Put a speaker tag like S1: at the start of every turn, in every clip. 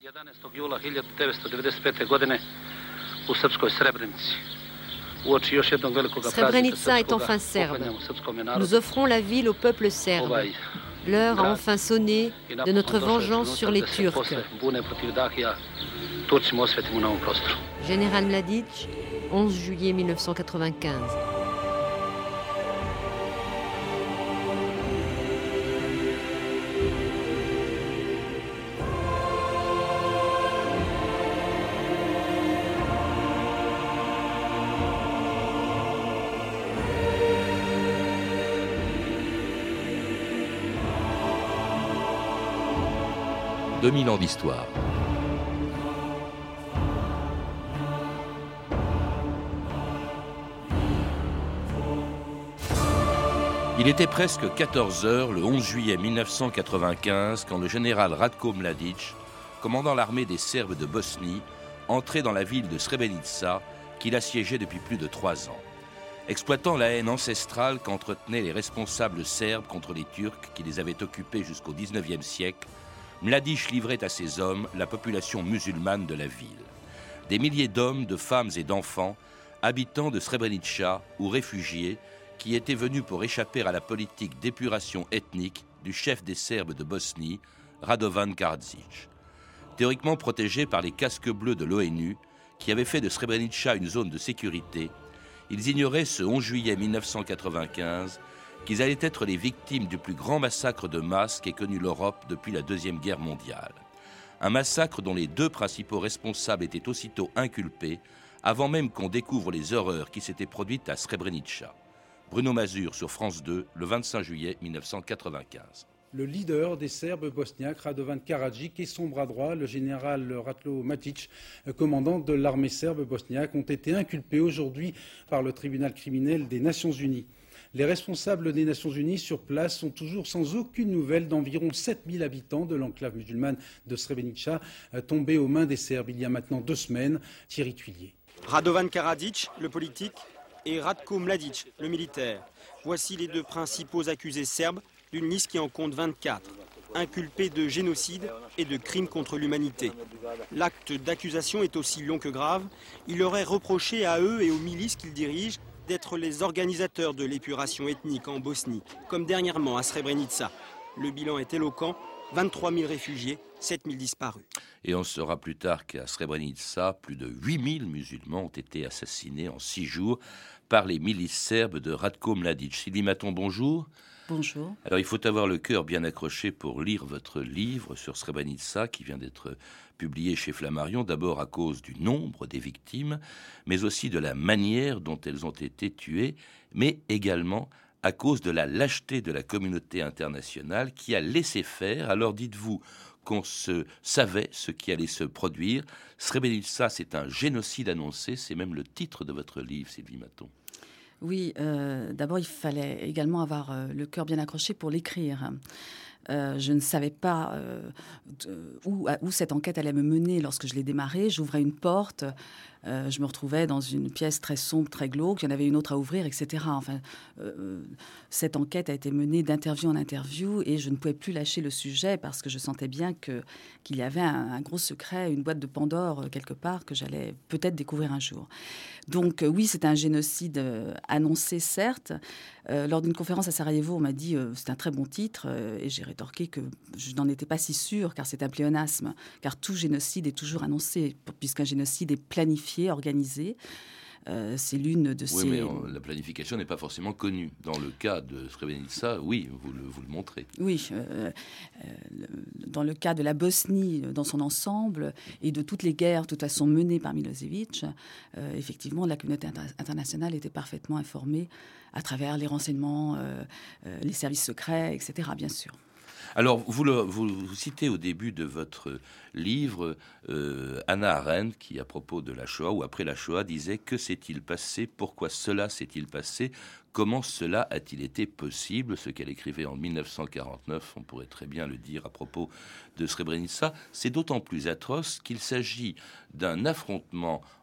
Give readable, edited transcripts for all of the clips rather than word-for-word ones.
S1: Srebrenica est enfin serbe. Nous offrons la ville au peuple serbe. L'heure a enfin sonné de notre vengeance sur les Turcs. Général Mladic, 11 juillet 1995.
S2: « 2000 ans d'histoire. Il était presque 14 heures le 11 juillet 1995 quand le général Ratko Mladic, commandant l'armée des Serbes de Bosnie, entrait dans la ville de Srebrenica qu'il assiégeait depuis plus de 3 ans. Exploitant la haine ancestrale qu'entretenaient les responsables serbes contre les Turcs qui les avaient occupés jusqu'au XIXe siècle, Mladic livrait à ses hommes la population musulmane de la ville. Des milliers d'hommes, de femmes et d'enfants, habitants de Srebrenica ou réfugiés, qui étaient venus pour échapper à la politique d'épuration ethnique du chef des Serbes de Bosnie, Radovan Karadzic. Théoriquement protégés par les casques bleus de l'ONU, qui avaient fait de Srebrenica une zone de sécurité, ils ignoraient ce 11 juillet 1995 qu'ils allaient être les victimes du plus grand massacre de masse qu'ait connu l'Europe depuis la Deuxième Guerre mondiale. Un massacre dont les 2 principaux responsables étaient aussitôt inculpés, avant même qu'on découvre les horreurs qui s'étaient produites à Srebrenica. Bruno Mazur sur France 2, le 25 juillet 1995.
S3: Le leader des Serbes bosniaques, Radovan Karadzic, et son bras droit, le général Ratko Mladic, commandant de l'armée serbe bosniaque, ont été inculpés aujourd'hui par le tribunal criminel des Nations Unies. Les responsables des Nations Unies sur place sont toujours sans aucune nouvelle d'environ 7000 habitants de l'enclave musulmane de Srebrenica, tombés aux mains des Serbes il y a maintenant 2 semaines. Thierry Tuillier.
S4: Radovan Karadzic, le politique, et Ratko Mladic, le militaire. Voici les 2 principaux accusés serbes d'une liste qui en compte 24, inculpés de génocide et de crimes contre l'humanité. L'acte d'accusation est aussi long que grave. Il aurait reproché à eux et aux milices qu'ils dirigent d'être les organisateurs de l'épuration ethnique en Bosnie, comme dernièrement à Srebrenica. Le bilan est éloquent, 23 000 réfugiés, 7 000 disparus.
S2: Et on saura plus tard qu'à Srebrenica, plus de 8 000 musulmans ont été assassinés en 6 jours par les milices serbes de Ratko Mladic. Sylvie Maton, bonjour.
S5: Bonjour.
S2: Alors il faut avoir le cœur bien accroché pour lire votre livre sur Srebrenica qui vient d'être publié chez Flammarion, d'abord à cause du nombre des victimes, mais aussi de la manière dont elles ont été tuées, mais également à cause de la lâcheté de la communauté internationale qui a laissé faire. Alors dites-vous qu'on savait ce qui allait se produire. Srebrenica, c'est un génocide annoncé, c'est même le titre de votre livre, Sylvie Maton.
S5: Oui, d'abord il fallait également avoir le cœur bien accroché pour l'écrire. Je ne savais pas où cette enquête allait me mener lorsque je l'ai démarrée. J'ouvrais une porte, je me retrouvais dans une pièce très sombre, très glauque. Il y en avait une autre à ouvrir, etc. Enfin, cette enquête a été menée d'interview en interview et je ne pouvais plus lâcher le sujet parce que je sentais bien qu'il y avait un gros secret, une boîte de Pandore quelque part que j'allais peut-être découvrir un jour. Donc oui, c'est un génocide annoncé, certes. Lors d'une conférence à Sarajevo, on m'a dit c'est un très bon titre et j'ai rétorqué que je n'en étais pas si sûre car c'est un pléonasme, car tout génocide est toujours annoncé puisqu'un génocide est planifié, organisé. C'est l'une de ces...
S2: Oui, mais la planification n'est pas forcément connue. Dans le cas de Srebrenica, oui, vous le montrez.
S5: Oui, dans le cas de la Bosnie dans son ensemble et de toutes les guerres, de toute façon, menées par Milosevic, effectivement, la communauté internationale était parfaitement informée à travers les renseignements, les services secrets, etc., bien sûr.
S2: Alors, vous citez au début de votre livre Hannah Arendt, qui, à propos de la Shoah ou après la Shoah, disait « Que s'est-il passé ? Pourquoi cela s'est-il passé ? Comment cela a-t-il été possible ?» Ce qu'elle écrivait en 1949, on pourrait très bien le dire à propos de Srebrenica. C'est d'autant plus atroce qu'il s'agit d'un affrontement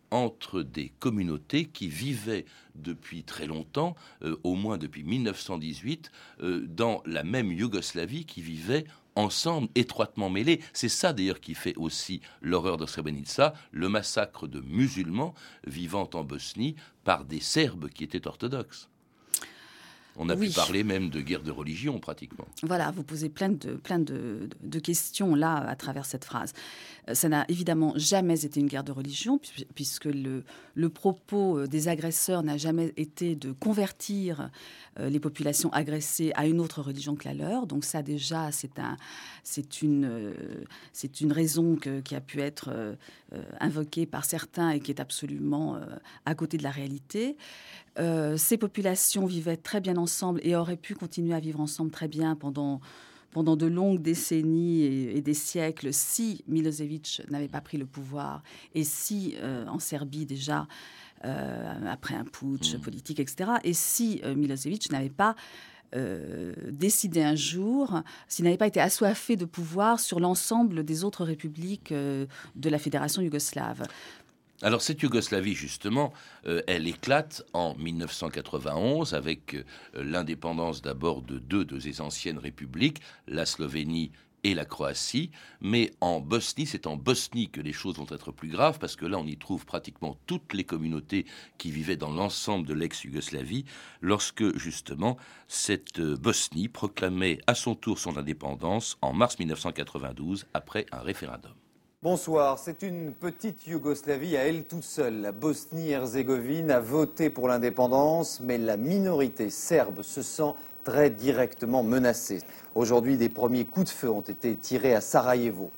S2: entre des communautés qui vivaient depuis très longtemps, au moins depuis 1918, dans la même Yougoslavie, qui vivaient ensemble, étroitement mêlés. C'est ça d'ailleurs qui fait aussi l'horreur de Srebrenica, le massacre de musulmans vivant en Bosnie par des Serbes qui étaient orthodoxes. On a pu parler même de guerre de religion, pratiquement.
S5: Voilà, vous posez plein de questions là à travers cette phrase. Ça n'a évidemment jamais été une guerre de religion, puisque le propos des agresseurs n'a jamais été de convertir les populations agressées à une autre religion que la leur. Donc ça déjà, c'est une raison qui a pu être invoquée par certains et qui est absolument à côté de la réalité. Ces populations vivaient très bien ensemble et auraient pu continuer à vivre ensemble très bien pendant de longues décennies et des siècles si Milosevic n'avait pas pris le pouvoir et si, en Serbie déjà, après un putsch politique, etc., et si Milosevic n'avait pas décidé un jour, s'il n'avait pas été assoiffé de pouvoir sur l'ensemble des autres républiques de la Fédération yougoslave.
S2: Alors cette Yougoslavie, justement, elle éclate en 1991 avec l'indépendance d'abord de deux de ses anciennes républiques, la Slovénie et la Croatie. Mais en Bosnie, c'est en Bosnie que les choses vont être plus graves parce que là, on y trouve pratiquement toutes les communautés qui vivaient dans l'ensemble de l'ex-Yougoslavie lorsque, justement, cette Bosnie proclamait à son tour son indépendance en mars 1992 après un référendum.
S6: Bonsoir, c'est une petite Yougoslavie à elle toute seule. La Bosnie-Herzégovine a voté pour l'indépendance, mais la minorité serbe se sent très directement menacée. Aujourd'hui, des premiers coups de feu ont été tirés à Sarajevo.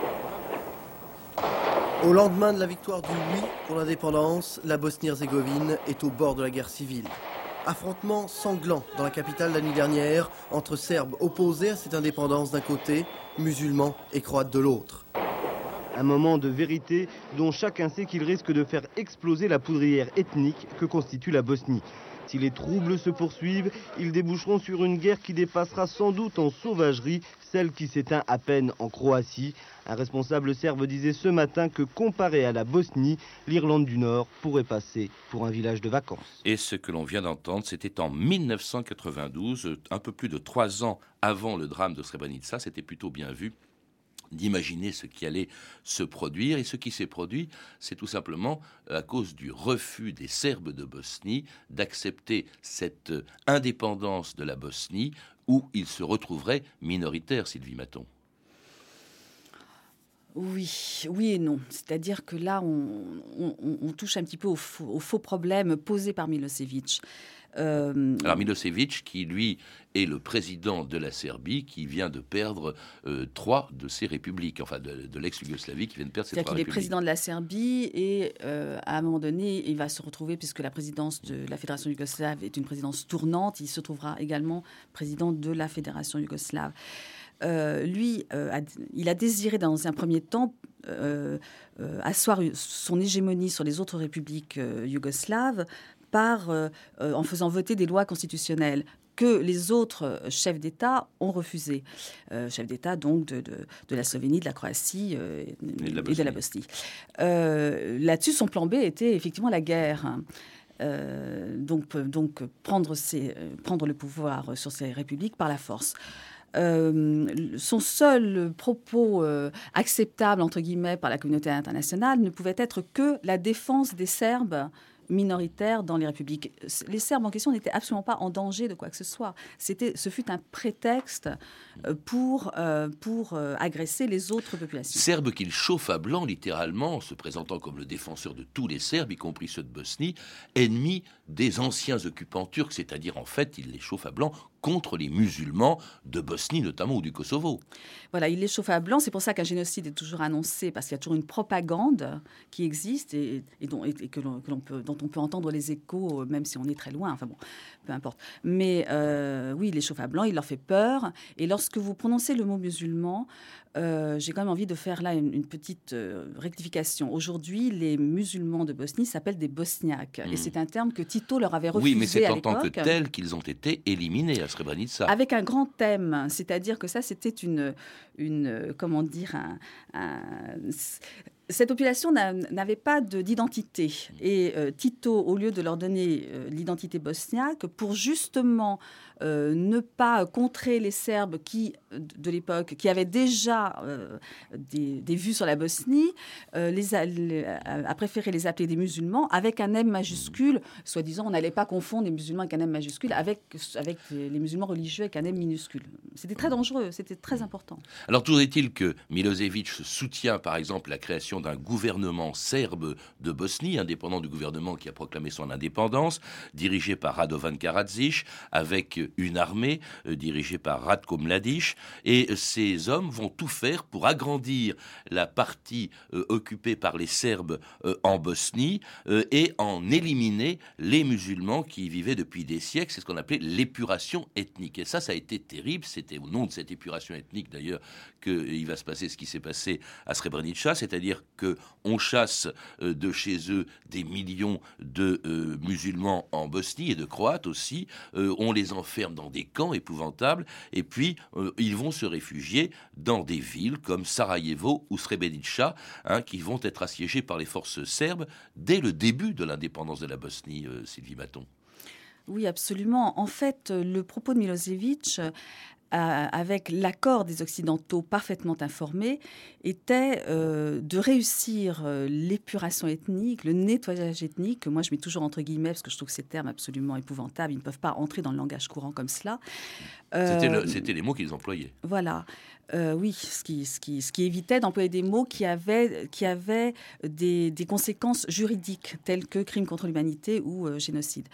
S7: Au lendemain de la victoire du oui pour l'indépendance, la Bosnie-Herzégovine est au bord de la guerre civile. Affrontement sanglant dans la capitale la nuit dernière entre Serbes opposés à cette indépendance d'un côté, musulmans et Croates de l'autre.
S8: Un moment de vérité dont chacun sait qu'il risque de faire exploser la poudrière ethnique que constitue la Bosnie. Si les troubles se poursuivent, ils déboucheront sur une guerre qui dépassera sans doute en sauvagerie celle qui s'éteint à peine en Croatie. Un responsable serbe disait ce matin que comparé à la Bosnie, l'Irlande du Nord pourrait passer pour un village de vacances.
S2: Et ce que l'on vient d'entendre, c'était en 1992, un peu plus de 3 ans avant le drame de Srebrenica. C'était plutôt bien vu d'imaginer ce qui allait se produire. Et ce qui s'est produit, c'est tout simplement à cause du refus des Serbes de Bosnie d'accepter cette indépendance de la Bosnie où ils se retrouveraient minoritaires, Sylvie Maton.
S5: Oui et non. C'est-à-dire que là, on touche un petit peu au faux problème posé par Milosevic.
S2: Alors Milosevic, qui lui est le président de la Serbie, qui vient de perdre 3 de ses républiques, enfin de l'ex-Yougoslavie, qui vient de perdre ses 3 républiques.
S5: C'est-à-dire qu'il est président de la Serbie et à un moment donné, il va se retrouver, puisque la présidence de la Fédération yougoslave est une présidence tournante, il se trouvera également président de la Fédération yougoslave. Il a désiré dans un premier temps asseoir son hégémonie sur les autres républiques yougoslaves en faisant voter des lois constitutionnelles que les autres chefs d'État ont refusé. Chefs d'État donc de la Slovénie, de la Croatie et de la Bosnie. Là-dessus, son plan B était effectivement la guerre. Donc prendre le pouvoir sur ces républiques par la force. Son seul propos acceptable, entre guillemets, par la communauté internationale ne pouvait être que la défense des Serbes minoritaires dans les républiques. Les Serbes en question n'étaient absolument pas en danger de quoi que ce soit. Ce fut un prétexte pour agresser les autres populations.
S2: Serbes qu'il chauffe à blanc, littéralement, en se présentant comme le défenseur de tous les Serbes, y compris ceux de Bosnie, ennemis des anciens occupants turcs, c'est-à-dire en fait, il les chauffe à blanc contre les musulmans de Bosnie notamment ou du Kosovo.
S5: Voilà, il les chauffe à blanc. C'est pour ça qu'un génocide est toujours annoncé, parce qu'il y a toujours une propagande qui existe et dont on peut entendre les échos, même si on est très loin. Enfin bon, peu importe. Mais oui, il les chauffe à blanc, il leur fait peur. Et lorsque vous prononcez le mot musulman, j'ai quand même envie de faire là une petite rectification. Aujourd'hui, les musulmans de Bosnie s'appellent des Bosniaques. Et c'est un terme que Tito leur avait refusé à l'époque.
S2: Oui, mais c'est en tant que tel qu'ils ont été éliminés à Srebrenica.
S5: Avec un grand thème, c'est-à-dire que ça, c'était Cette population n'avait pas d'identité. Et Tito, au lieu de leur donner l'identité bosniaque, pour justement ne pas contrer les Serbes de l'époque, qui avaient déjà des vues sur la Bosnie, a préféré les appeler des musulmans avec un M majuscule. Soi-disant, on n'allait pas confondre les musulmans avec un M majuscule avec les musulmans religieux avec un M minuscule. C'était très dangereux, c'était très important.
S2: Alors, toujours est-il que Milosevic soutient, par exemple, la création d'un gouvernement serbe de Bosnie, indépendant du gouvernement qui a proclamé son indépendance, dirigé par Radovan Karadzic, avec une armée dirigée par Ratko Mladic. Et ces hommes vont tout faire pour agrandir la partie occupée par les Serbes en Bosnie et en éliminer les musulmans qui y vivaient depuis des siècles. C'est ce qu'on appelait l'épuration ethnique. Et ça a été terrible. C'était au nom de cette épuration ethnique, d'ailleurs, qu'il va se passer ce qui s'est passé à Srebrenica, c'est-à-dire qu'on chasse de chez eux des millions de musulmans en Bosnie et de Croates aussi. On les enferme dans des camps épouvantables et puis ils vont se réfugier dans des villes comme Sarajevo ou Srebrenica, qui vont être assiégées par les forces serbes dès le début de l'indépendance de la Bosnie, Sylvie Maton.
S5: Oui, absolument. En fait, le propos de Milosevic, avec l'accord des Occidentaux parfaitement informés, était de réussir l'épuration ethnique, le nettoyage ethnique, que moi je mets toujours entre guillemets, parce que je trouve ces termes absolument épouvantables, ils ne peuvent pas entrer dans le langage courant comme cela.
S2: C'était les mots qu'ils employaient.
S5: Voilà. Oui, ce qui évitait d'employer des mots qui avaient des conséquences juridiques, telles que crime contre l'humanité ou génocide.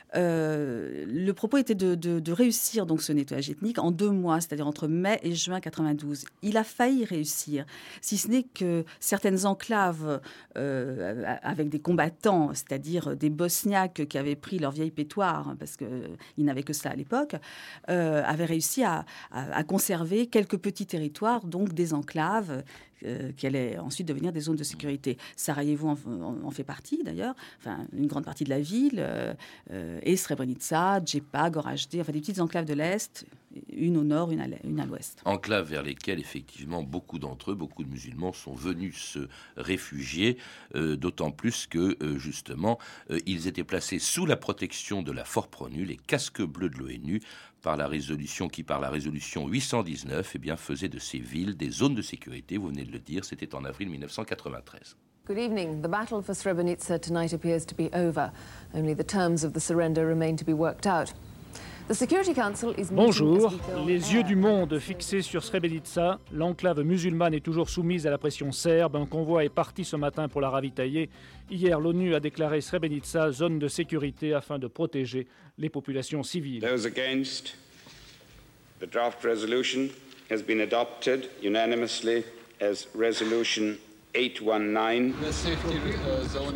S5: Le propos était de réussir donc ce nettoyage ethnique en 2 mois, c'est-à-dire entre mai et juin 92. Il a failli réussir, si ce n'est que certaines enclaves avec des combattants, c'est-à-dire des Bosniaques qui avaient pris leur vieille pétoire, parce qu'ils n'avaient que ça à l'époque, avaient réussi à conserver quelques petits territoires, donc des enclaves, qui allaient ensuite devenir des zones de sécurité. Sarajevo en fait partie d'ailleurs, enfin une grande partie de la ville, et Srebrenica, Djepa, Goražde, enfin des petites enclaves de l'Est, une au nord, une à l'ouest.
S2: Enclaves vers lesquelles effectivement beaucoup d'entre eux, beaucoup de musulmans sont venus se réfugier, d'autant plus que justement ils étaient placés sous la protection de la Forpro-ONU, les casques bleus de l'ONU, par la résolution 819, faisait de ces villes des zones de sécurité. Vous venez de le dire, c'était en avril 1993.
S9: Good evening. The battle for Srebrenica tonight appears to be over. Only the terms of the surrender remain to be worked out. The Security Council is
S10: Bonjour. Les yeux du monde fixés sur Srebrenica. L'enclave musulmane est toujours soumise à la pression serbe. Un convoi est parti ce matin pour la ravitailler. Hier, l'ONU a déclaré Srebrenica zone de sécurité afin de protéger les populations civiles.
S11: Those against, the draft resolution has been adopted unanimously as resolution 819.
S12: The safety zone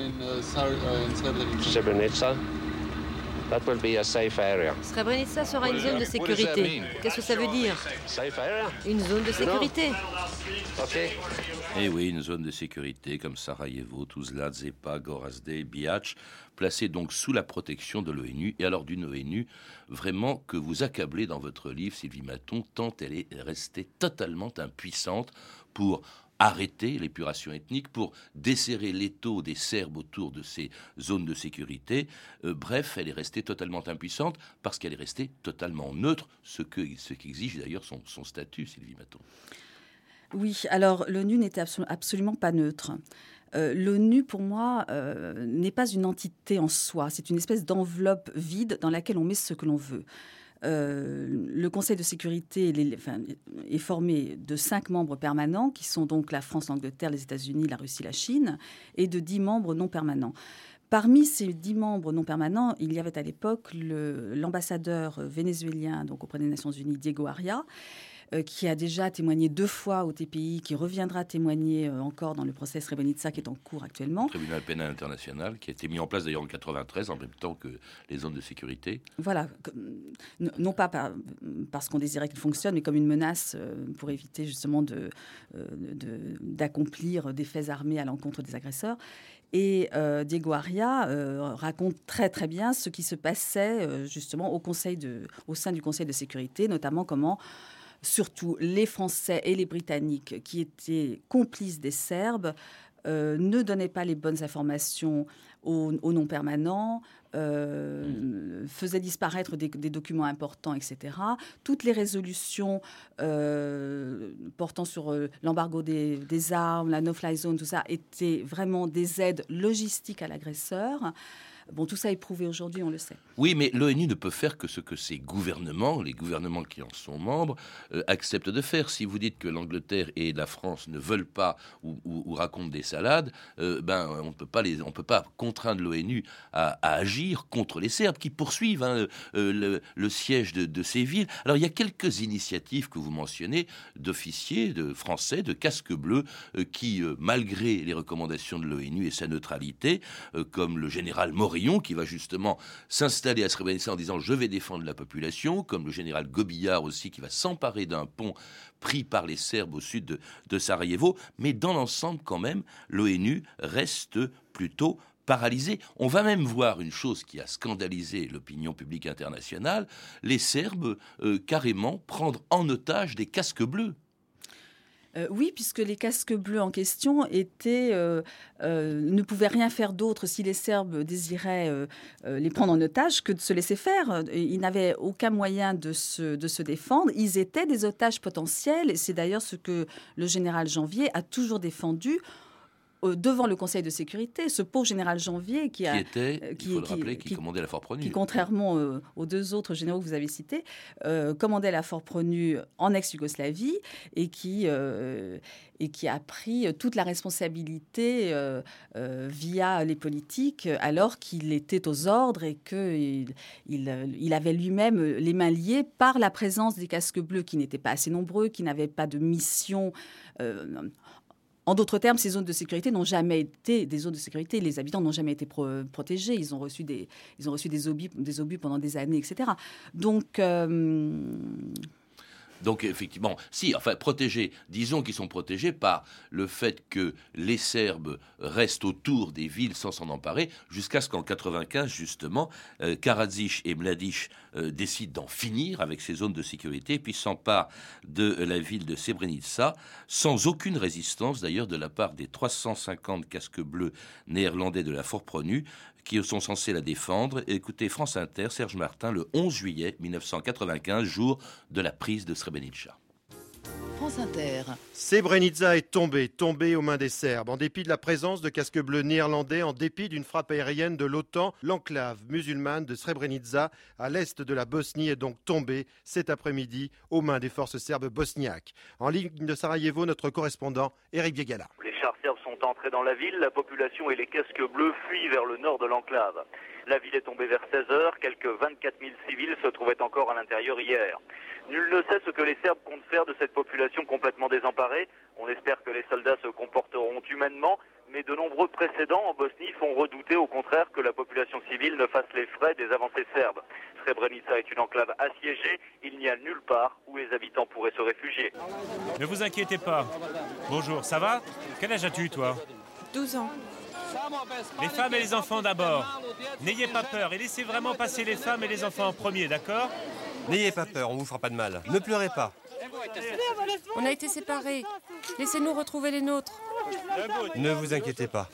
S12: in
S13: Srebrenica. That will be a safe area.
S1: Srebrenica sera une zone de sécurité. Qu'est-ce que ça veut dire?
S13: Safe area?
S1: Une zone de sécurité.
S13: Okay.
S2: Eh oui, une zone de sécurité comme Sarajevo, Tuzla, Djepa, Goražde, Bihac, placée donc sous la protection de l'ONU, et alors d'une ONU vraiment que vous accablez dans votre livre, Sylvie Maton, tant elle est restée totalement impuissante pour arrêter l'épuration ethnique, pour desserrer l'étau des Serbes autour de ces zones de sécurité. Bref, elle est restée totalement impuissante parce qu'elle est restée totalement neutre, ce qu'exige d'ailleurs son statut, Sylvie Maton.
S5: Oui, alors l'ONU n'était absolument pas neutre. L'ONU, pour moi, n'est pas une entité en soi. C'est une espèce d'enveloppe vide dans laquelle on met ce que l'on veut. Le Conseil de sécurité est formé de 5 membres permanents, qui sont donc la France, l'Angleterre, les États-Unis, la Russie, la Chine, et de 10 membres non permanents. Parmi ces 10 membres non permanents, il y avait à l'époque l'ambassadeur vénézuélien donc auprès des Nations Unies, Diego Aria, qui a déjà témoigné 2 fois au TPI, qui reviendra témoigner encore dans le procès Srebrenica qui est en cours actuellement.
S2: Le tribunal pénal international, qui a été mis en place d'ailleurs en 1993, en même temps que les zones de sécurité.
S5: Voilà, non pas parce qu'on désirait qu'il fonctionne, mais comme une menace pour éviter justement d'accomplir des faits armés à l'encontre des agresseurs. Et Diego Aria raconte très très bien ce qui se passait justement au sein du Conseil de sécurité, notamment comment surtout les Français et les Britanniques, qui étaient complices des Serbes, ne donnait pas les bonnes informations aux non-permanents, faisait disparaître des documents importants, etc. Toutes les résolutions portant sur l'embargo des armes, la no-fly zone, tout ça, étaient vraiment des aides logistiques à l'agresseur. Bon, tout ça est prouvé aujourd'hui, on le sait.
S2: Oui, mais l'ONU ne peut faire que ce que ses gouvernements, les gouvernements qui en sont membres, acceptent de faire. Si vous dites que l'Angleterre et la France ne veulent pas ou racontent des salades, on ne peut pas contraindre l'ONU à agir contre les Serbes qui poursuivent le siège de ces villes. Alors, il y a quelques initiatives que vous mentionnez d'officiers, de Français, de casques bleus qui, malgré les recommandations de l'ONU et sa neutralité, comme le général Morillon, qui va justement s'installer à Srebrenica en disant « je vais défendre la population », comme le général Gobillard aussi, qui va s'emparer d'un pont pris par les Serbes au sud de Sarajevo. Mais dans l'ensemble, quand même, l'ONU reste plutôt paralysée. On va même voir une chose qui a scandalisé l'opinion publique internationale, les Serbes carrément prendre en otage des casques bleus.
S5: Oui, puisque les casques bleus en question ne pouvaient rien faire d'autre si les Serbes désiraient les prendre en otage que de se laisser faire. Ils n'avaient aucun moyen de se défendre. Ils étaient des otages potentiels. Et c'est d'ailleurs ce que le général Janvier a toujours défendu devant le Conseil de sécurité, ce pauvre général Janvier qui
S2: commandait la Fort-Pronue.
S5: Qui, contrairement aux deux autres généraux que vous avez cités, commandait la Fort-Pronue en ex-Yougoslavie et qui a pris toute la responsabilité via les politiques alors qu'il était aux ordres et qu'il avait lui-même les mains liées par la présence des casques bleus qui n'étaient pas assez nombreux, qui n'avaient pas de mission. En d'autres termes, ces zones de sécurité n'ont jamais été des zones de sécurité. Les habitants n'ont jamais été protégés. Ils ont reçu des obus pendant des années, etc.
S2: Donc, effectivement, protégés, disons qu'ils sont protégés par le fait que les Serbes restent autour des villes sans s'en emparer, jusqu'à ce qu'en 1995, justement, Karadzic et Mladic décident d'en finir avec ces zones de sécurité, puis s'emparent de la ville de Srebrenica, sans aucune résistance d'ailleurs de la part des 350 casques bleus néerlandais de la Fort-Pronue, qui sont censés la défendre. Écoutez France Inter, Serge Martin, le 11 juillet 1995, jour de la prise de Srebrenica.
S14: France Inter.
S15: Srebrenica est tombée aux mains des Serbes. En dépit de la présence de casques bleus néerlandais, en dépit d'une frappe aérienne de l'OTAN, l'enclave musulmane de Srebrenica, à l'est de la Bosnie, est donc tombée cet après-midi aux mains des forces serbes bosniaques. En ligne de Sarajevo, notre correspondant Eric Biegala.
S16: Les chars serbes sont entrés dans la ville, la population et les casques bleus fuient vers le nord de l'enclave. La ville est tombée vers 16h, quelques 24 000 civils se trouvaient encore à l'intérieur hier. Nul ne sait ce que les Serbes comptent faire de cette population complètement désemparée. On espère que les soldats se comporteront humainement, mais de nombreux précédents en Bosnie font redouter au contraire que la population civile ne fasse les frais des avancées serbes. Srebrenica est une enclave assiégée, il n'y a nulle part où les habitants pourraient se réfugier.
S17: Ne vous inquiétez pas. Bonjour, ça va ? Quel âge as-tu, toi ?
S18: 12 ans.
S17: Les femmes et les enfants d'abord. N'ayez pas peur et laissez vraiment passer les femmes et les enfants en premier, d'accord ?
S19: N'ayez pas peur, on vous fera pas de mal. Ne pleurez pas.
S18: On a été séparés. Laissez-nous retrouver les nôtres.
S19: Ne vous inquiétez pas.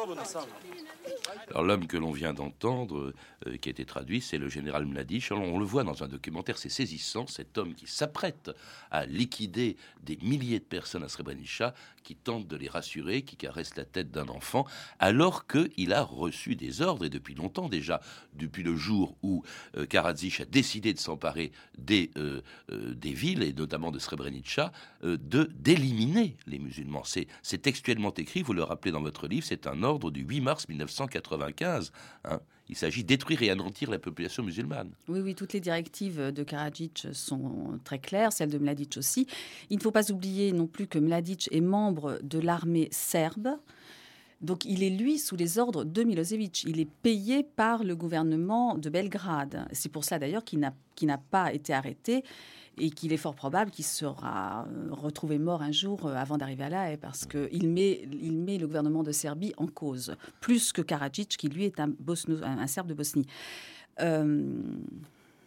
S2: Alors l'homme que l'on vient d'entendre, qui a été traduit, c'est le général Mladic. Alors, on le voit dans un documentaire, c'est saisissant, cet homme qui s'apprête à liquider des milliers de personnes à Srebrenica, qui tente de les rassurer, qui caresse la tête d'un enfant, alors qu'il a reçu des ordres, et depuis longtemps déjà, depuis le jour où Karadzic a décidé de s'emparer des villes, et notamment de Srebrenica, d'éliminer les musulmans. C'est textuellement écrit, vous le rappelez dans votre livre, c'est un ordre du 8 mars 1995. Il s'agit de détruire et anéantir la population musulmane.
S5: Oui, toutes les directives de Karadzic sont très claires, celles de Mladic aussi. Il ne faut pas oublier non plus que Mladic est membre de l'armée serbe. Donc il est, lui, sous les ordres de Milosevic. Il est payé par le gouvernement de Belgrade. C'est pour ça d'ailleurs qu'il n'a pas été arrêté et qu'il est fort probable qu'il sera retrouvé mort un jour avant d'arriver à La Haye, parce qu'il met le gouvernement de Serbie en cause, plus que Karadzic, qui lui est un Serbe de Bosnie.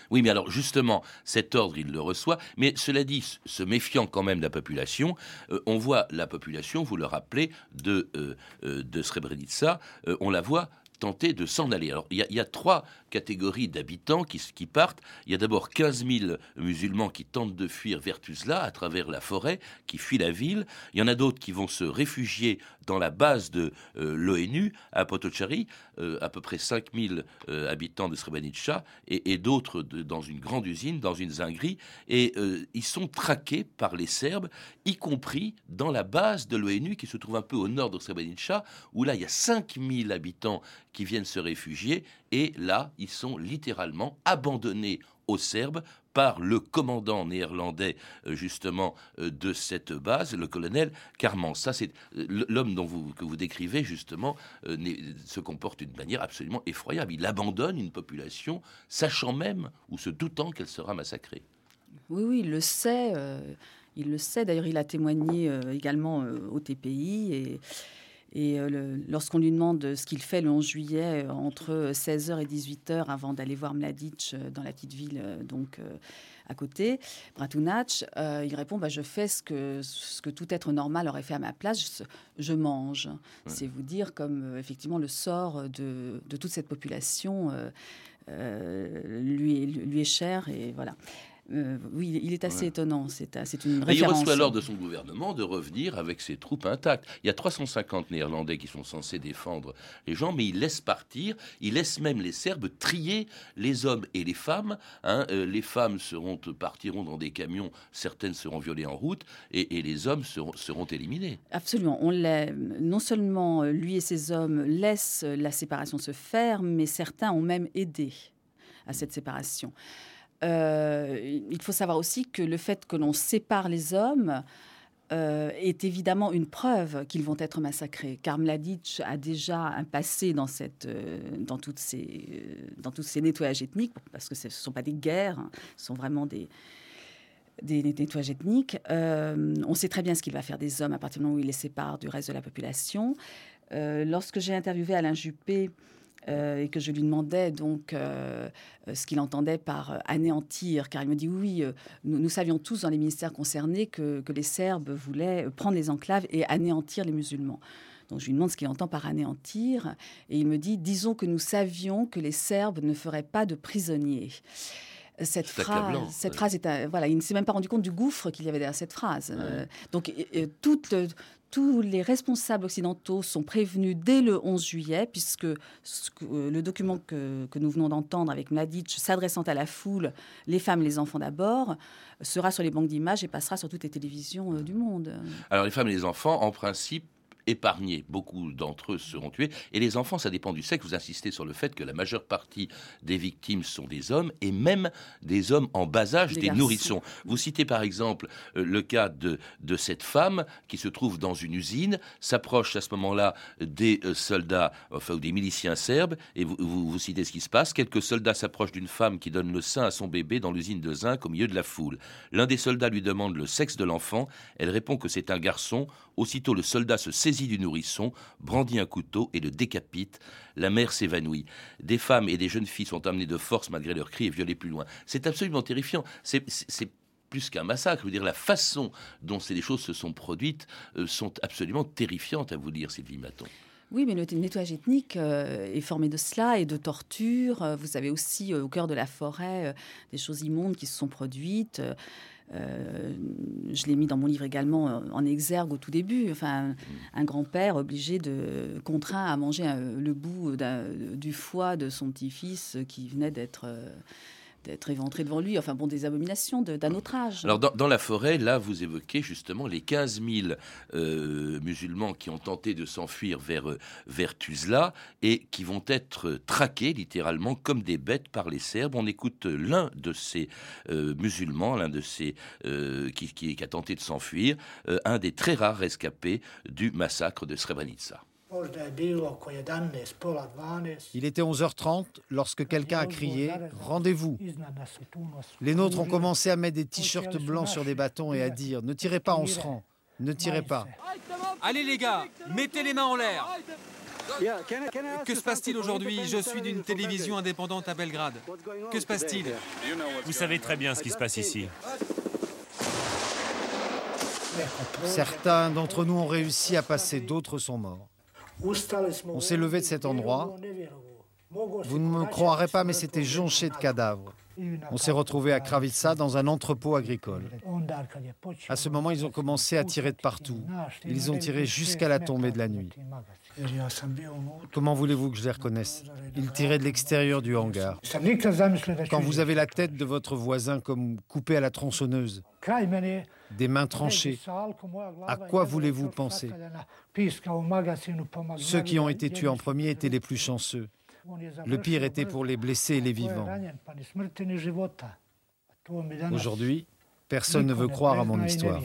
S2: Oui, mais alors justement, cet ordre, il le reçoit. Mais cela dit, se méfiant quand même de la population, on voit la population, vous le rappelez, de Srebrenica, on la voit tenter de s'en aller. Alors, il y a 3 catégories d'habitants qui partent. Il y a d'abord 15 000 musulmans qui tentent de fuir vers Tuzla à travers la forêt, qui fuient la ville. Il y en a d'autres qui vont se réfugier dans la base de l'ONU à Potocari, à peu près 5 000 habitants de Srebrenica, et d'autres dans une grande usine, dans une zinguerie. Et ils sont traqués par les Serbes, y compris dans la base de l'ONU qui se trouve un peu au nord de Srebrenica, où là, il y a 5 000 habitants qui viennent se réfugier, et là, ils sont littéralement abandonnés aux Serbes par le commandant néerlandais, justement, de cette base, le colonel Karmans. Ça, c'est l'homme que vous décrivez, justement, se comporte d'une manière absolument effroyable. Il abandonne une population, sachant même, ou se doutant qu'elle sera massacrée.
S5: Oui, il le sait. D'ailleurs, il a témoigné également au TPI, et lorsqu'on lui demande ce qu'il fait le 11 juillet entre 16h et 18h avant d'aller voir Mladic dans la petite ville à côté, Bratunac, il répond je fais ce que tout être normal aurait fait à ma place, je mange. C'est vous dire comme effectivement le sort de toute cette population lui est cher, et voilà. Oui, il est assez étonnant, c'est une référence.
S2: Il reçoit l'ordre de son gouvernement de revenir avec ses troupes intactes. Il y a 350 Néerlandais qui sont censés défendre les gens, mais il laisse partir, il laisse même les Serbes trier les hommes et les femmes. Les femmes partiront dans des camions, certaines seront violées en route, et les hommes seront éliminés.
S5: Absolument. Non seulement lui et ses hommes laissent la séparation se faire, mais certains ont même aidé à cette séparation. Il faut savoir aussi que le fait que l'on sépare les hommes est évidemment une preuve qu'ils vont être massacrés, car Mladic a déjà un passé dans tous ces nettoyages ethniques, parce que ce ne sont pas des guerres, ce sont vraiment des nettoyages ethniques. On sait très bien ce qu'il va faire des hommes à partir du moment où il les sépare du reste de la population. Lorsque j'ai interviewé Alain Juppé, et que je lui demandais donc ce qu'il entendait par anéantir, car il me dit oui, nous savions tous dans les ministères concernés que les Serbes voulaient prendre les enclaves et anéantir les musulmans. Donc je lui demande ce qu'il entend par anéantir, et il me dit disons que nous savions que les Serbes ne feraient pas de prisonniers. Cette phrase est voilà, il ne s'est même pas rendu compte du gouffre qu'il y avait derrière cette phrase. Donc tous les responsables occidentaux sont prévenus dès le 11 juillet, puisque le document que nous venons d'entendre avec Mladic, s'adressant à la foule, les femmes, les enfants d'abord, sera sur les banques d'images et passera sur toutes les télévisions du monde.
S2: Alors les femmes et les enfants, en principe, épargnés. Beaucoup d'entre eux seront tués. Et les enfants, ça dépend du sexe. Vous insistez sur le fait que la majeure partie des victimes sont des hommes, et même des hommes en bas âge, des nourrissons. Vous citez par exemple le cas de cette femme qui se trouve dans une usine, s'approche à ce moment-là des soldats, ou des miliciens serbes, et vous citez ce qui se passe. Quelques soldats s'approchent d'une femme qui donne le sein à son bébé dans l'usine de zinc au milieu de la foule. L'un des soldats lui demande le sexe de l'enfant. Elle répond que c'est un garçon. Aussitôt, le soldat se saisit du nourrisson, brandit un couteau et le décapite. La mère s'évanouit. Des femmes et des jeunes filles sont amenées de force malgré leurs cris et violées plus loin. C'est absolument terrifiant. C'est plus qu'un massacre. Je veux dire, la façon dont ces choses se sont produites sont absolument terrifiantes, à vous dire, Sylvie Maton.
S5: Oui, mais le nettoyage ethnique est formé de cela et de torture. Vous avez aussi au cœur de la forêt des choses immondes qui se sont produites. Je l'ai mis dans mon livre également en exergue au tout début. Enfin, un grand-père contraint à manger le bout du foie de son petit-fils qui venait d'être éventré devant lui. Enfin bon, des abominations d'un autre âge.
S2: Alors dans la forêt, là, vous évoquez justement les 15 000 musulmans qui ont tenté de s'enfuir vers Tuzla et qui vont être traqués littéralement comme des bêtes par les Serbes. On écoute l'un de ces musulmans, l'un de ces qui a tenté de s'enfuir, un des très rares rescapés du massacre de Srebrenica.
S20: Il était 11h30 lorsque quelqu'un a crié « Rendez-vous !» Les nôtres ont commencé à mettre des t-shirts blancs sur des bâtons et à dire « Ne tirez pas, on se rend. Ne tirez pas. »
S21: Allez les gars, mettez les mains en l'air. Que se passe-t-il aujourd'hui? Je suis d'une télévision indépendante à Belgrade. Que se passe-t-il?
S17: Vous savez très bien ce qui se passe ici.
S20: Certains d'entre nous ont réussi à passer, d'autres sont morts. On s'est levé de cet endroit. Vous ne me croirez pas, mais c'était jonché de cadavres. On s'est retrouvé à Kravica dans un entrepôt agricole. À ce moment, ils ont commencé à tirer de partout. Ils ont tiré jusqu'à la tombée de la nuit. Comment voulez-vous que je les reconnaisse? Ils tiraient de l'extérieur du hangar. Quand vous avez la tête de votre voisin comme coupée à la tronçonneuse, des mains tranchées, à quoi voulez-vous penser? Ceux qui ont été tués en premier étaient les plus chanceux. Le pire était pour les blessés et les vivants. Aujourd'hui, personne ne veut croire à mon histoire.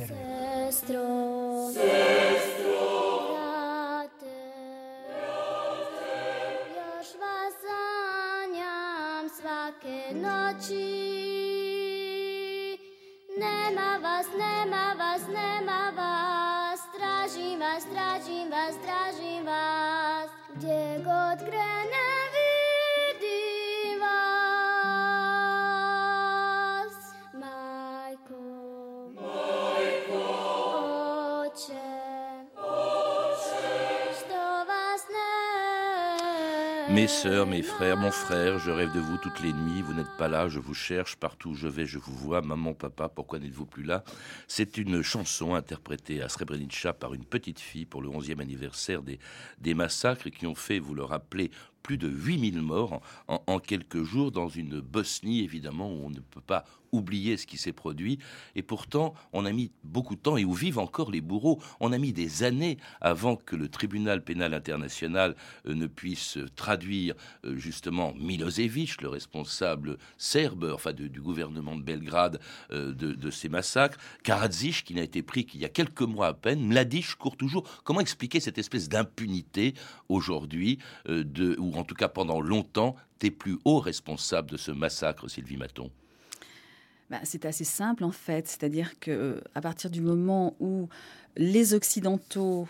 S2: Mes sœurs, mes frères, mon frère, je rêve de vous toutes les nuits, vous n'êtes pas là, je vous cherche, partout où je vais, je vous vois, maman, papa, pourquoi n'êtes-vous plus là? C'est une chanson interprétée à Srebrenica par une petite fille pour le 11e anniversaire des massacres qui ont fait, vous le rappelez, plus de 8000 morts en quelques jours dans une Bosnie, évidemment, où on ne peut pas oublier ce qui s'est produit. Et pourtant, on a mis beaucoup de temps, et où vivent encore les bourreaux. On a mis des années avant que le tribunal pénal international ne puisse traduire justement Milosevic, le responsable serbe, enfin du gouvernement de Belgrade, de ces massacres. Karadzic, qui n'a été pris qu'il y a quelques mois à peine. Mladic court toujours. Comment expliquer cette espèce d'impunité aujourd'hui, ou en tout cas pendant longtemps, des plus hauts responsables de ce massacre, Sylvie Maton?
S5: C'est assez simple en fait, c'est-à-dire qu'à partir du moment où les Occidentaux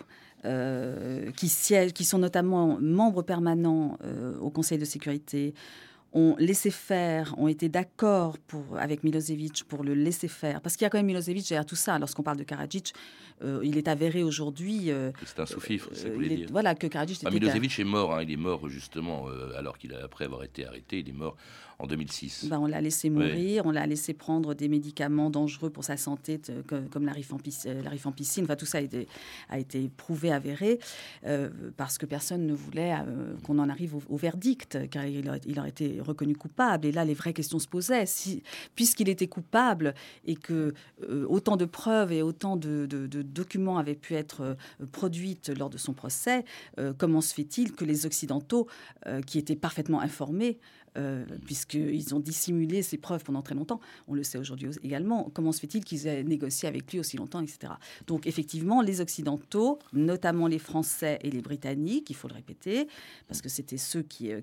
S5: qui sont notamment membres permanents au Conseil de sécurité, ont laissé faire, ont été d'accord avec Milosevic pour le laisser faire. Parce qu'il y a quand même Milosevic derrière tout ça. Lorsqu'on parle de Karadzic, il est avéré aujourd'hui...
S2: c'est un sous-fifre, c'est ce que vous voulez dire.
S5: Voilà, que Karadzic...
S2: Milosevic est mort, il est mort justement, alors qu'il a, après avoir été arrêté, il est mort en 2006.
S5: On l'a laissé mourir, on l'a laissé prendre des médicaments dangereux pour sa santé, comme la rifampicine. Enfin, tout ça a été prouvé, avéré, parce que personne ne voulait qu'on en arrive au verdict, car il aurait été reconnu coupable. Et là, les vraies questions se posaient. Puisqu'il était coupable et que autant de preuves et autant de documents avaient pu être produites lors de son procès, comment se fait-il que les Occidentaux, qui étaient parfaitement informés, puisqu'ils ont dissimulé ces preuves pendant très longtemps, on le sait aujourd'hui également, comment se fait-il qu'ils aient négocié avec lui aussi longtemps, etc. Donc effectivement, les Occidentaux, notamment les Français et les Britanniques, il faut le répéter, parce que c'était ceux qui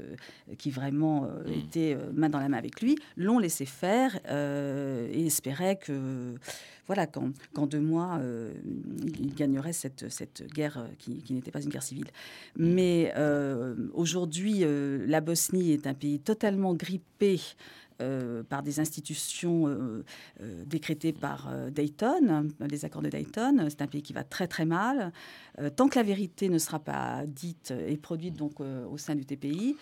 S5: vraiment étaient main dans la main avec lui, l'ont laissé faire et espéraient que, voilà, qu'en 2 mois, il gagnerait cette guerre qui n'était pas une guerre civile. Mais aujourd'hui, la Bosnie est un pays totalement grippé par des institutions décrétées par Dayton, les accords de Dayton. C'est un pays qui va très très mal. Tant que la vérité ne sera pas dite et produite donc au sein du TPI,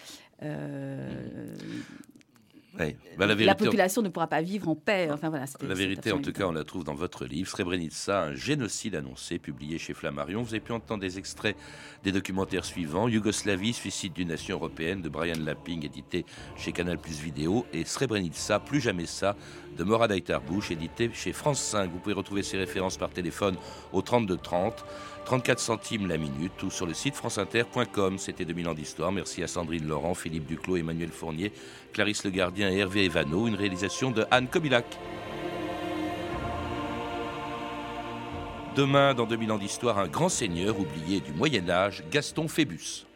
S2: Oui.
S5: La population ne pourra pas vivre en paix. Enfin, voilà,
S2: la vérité, en tout cas, on la trouve dans votre livre, Srebrenica, un génocide annoncé, publié chez Flammarion. Vous avez pu entendre des extraits des documentaires suivants. Yougoslavie, suicide d'une nation européenne, de Brian Lapping, édité chez Canal+ Vidéo, et Srebrenica, plus jamais ça, de Morad Aytarbouch, édité chez France 5. Vous pouvez retrouver ces références par téléphone au 32 30, 34 centimes la minute, ou sur le site franceinter.com. C'était 2000 ans d'histoire. Merci à Sandrine Laurent, Philippe Duclos, Emmanuel Fournier, Clarisse Le Gardien et Hervé Evano. Une réalisation de Anne Kobilac. Demain, dans 2000 ans d'histoire, un grand seigneur oublié du Moyen-Âge, Gaston Phébus.